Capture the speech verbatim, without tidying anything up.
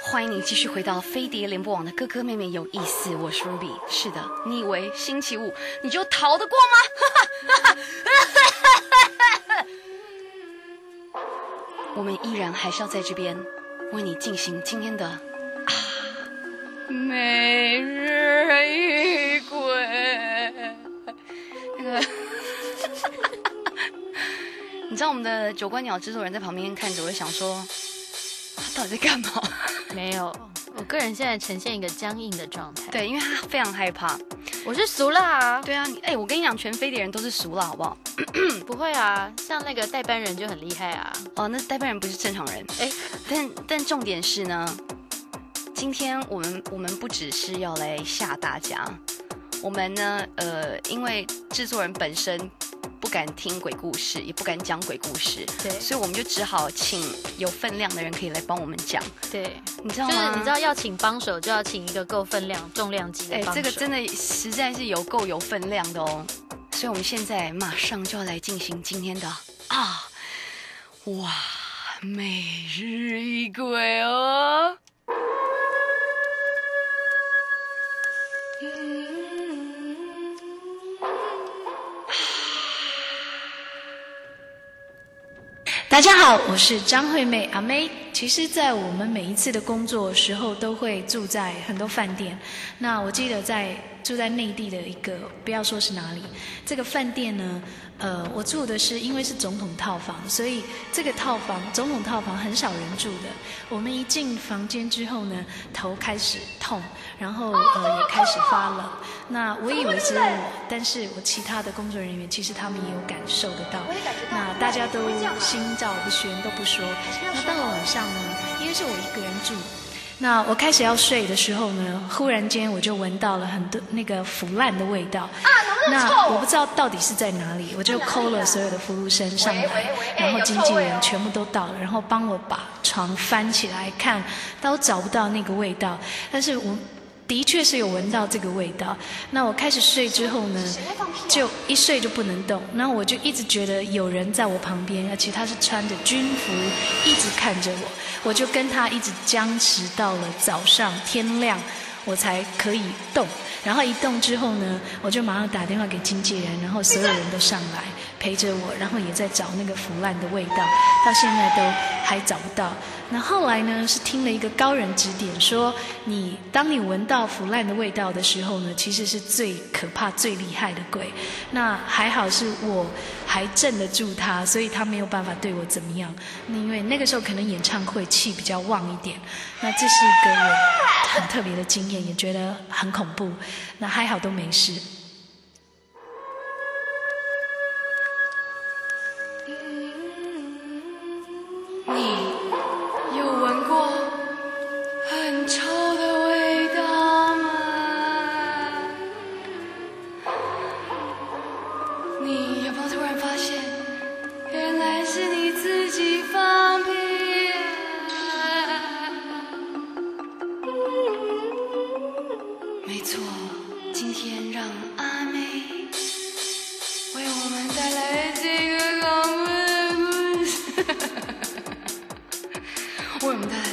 欢迎你继续回到飞碟联播网的哥哥妹妹有意思，我是 Ruby。是的，你以为星期五你就逃得过吗？我们依然还是要在这边为你进行今天的啊每日一鬼。那个，你知道我们的九官鸟制作人在旁边看着，我就想说，他到底在干嘛？ 没有，我个人现在呈现一个僵硬的状态。 对，因为他非常害怕。 我是俗辣啊。 对啊，哎、欸，我跟你讲，全飞碟人都是俗辣，好不好？ 不会啊，像那个代班人就很厉害啊。 哦，那代班人不是正常人。哎、欸，但但重点是呢，今天我们我们不只是要来吓大家，我们呢，呃，因为制作人本身不敢听鬼故事，也不敢讲鬼故事， 对， 所以我们就只好请有分量的人可以来帮我们讲。 对， 你知道吗？ 就是你知道要请帮手，就要请一个够分量、重量级的帮手。 哎，这个真的实在是有够有分量的哦。所以我们现在马上就要来进行今天的啊，哇，每日一鬼哦。 大家好，我是张惠妹阿妹。其实在我们每一次的工作时候都会住在很多饭店，那我记得在住在内地的一个，不要说是哪里，这个饭店呢，呃，我住的是因为是总统套房，所以这个套房总统套房很少人住的。我们一进房间之后呢，头开始痛，然后呃也开始发冷。那我以为只有我，但是我其他的工作人员其实他们也有感受得到。那大家都心照不宣，都不说。那到了晚上呢，因为是我一个人住。那我开始要睡的时候呢，忽然间我就闻到了很多那个腐烂的味道。啊，那我不知道到底是在哪里，我就 call 了所有的服务生上来，然后经纪人全部都到了，然后帮我把床翻起来看，都找不到那个味道，但是我的确是有闻到这个味道。那我开始睡之后呢，就一睡就不能动，然后我就一直觉得有人在我旁边，而且他是穿着军服，一直看着我。我就跟他一直僵持到了早上天亮，我才可以动。然后一动之后呢，我就马上打电话给经纪人，然后所有人都上来陪着我，然后也在找那个腐烂的味道，到现在都还找不到。那后来呢，是听了一个高人指点说，你当你闻到腐烂的味道的时候呢，其实是最可怕最厉害的鬼。那还好是我还镇得住他，所以他没有办法对我怎么样。那因为那个时候可能演唱会气比较旺一点，那这是一个我很特别的经验，也觉得很恐怖。那还好都没事。 你有闻过很臭的味道吗？你有没有突然发现，原来是你自己放屁啊？没错，今天让阿妹为我们带来这个恐怖的故事。为我们带来